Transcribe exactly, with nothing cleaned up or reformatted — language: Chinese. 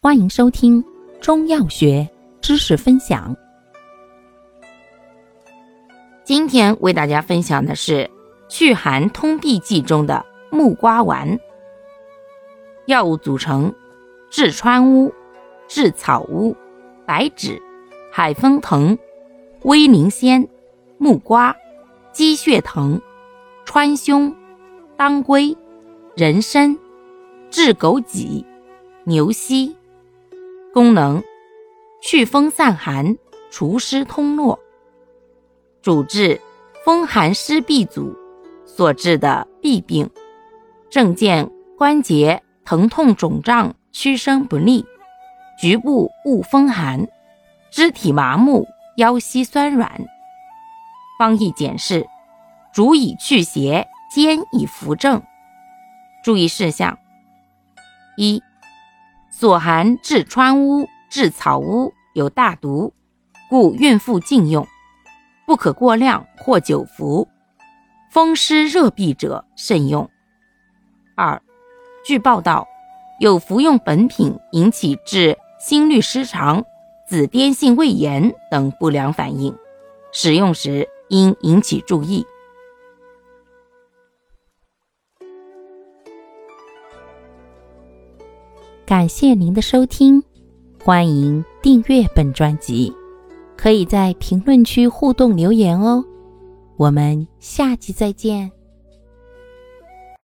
欢迎收听中药学知识分享。今天为大家分享的是祛寒通痹剂中的木瓜丸。药物组成：炙川乌、炙草乌、白芷、海风藤、威灵仙、木瓜、鸡血藤、川芎、当归、人参、炙枸杞、牛膝。功能：祛风散寒，除湿通络。主治风寒湿痹阻所致的痹病，症见关节疼痛肿胀，屈伸不利，局部恶风寒，肢体麻木，腰膝酸软。方义简释：主以祛邪，兼以扶正。注意事项：一、所含炙川乌、炙草乌有大毒，故孕妇禁用，不可过量或久服，风湿热痹者慎用。二、据报道，有服用本品引起致心律失常、紫癜性胃炎等不良反应，使用时应引起注意。感谢您的收听，欢迎订阅本专辑，可以在评论区互动留言哦。我们下期再见。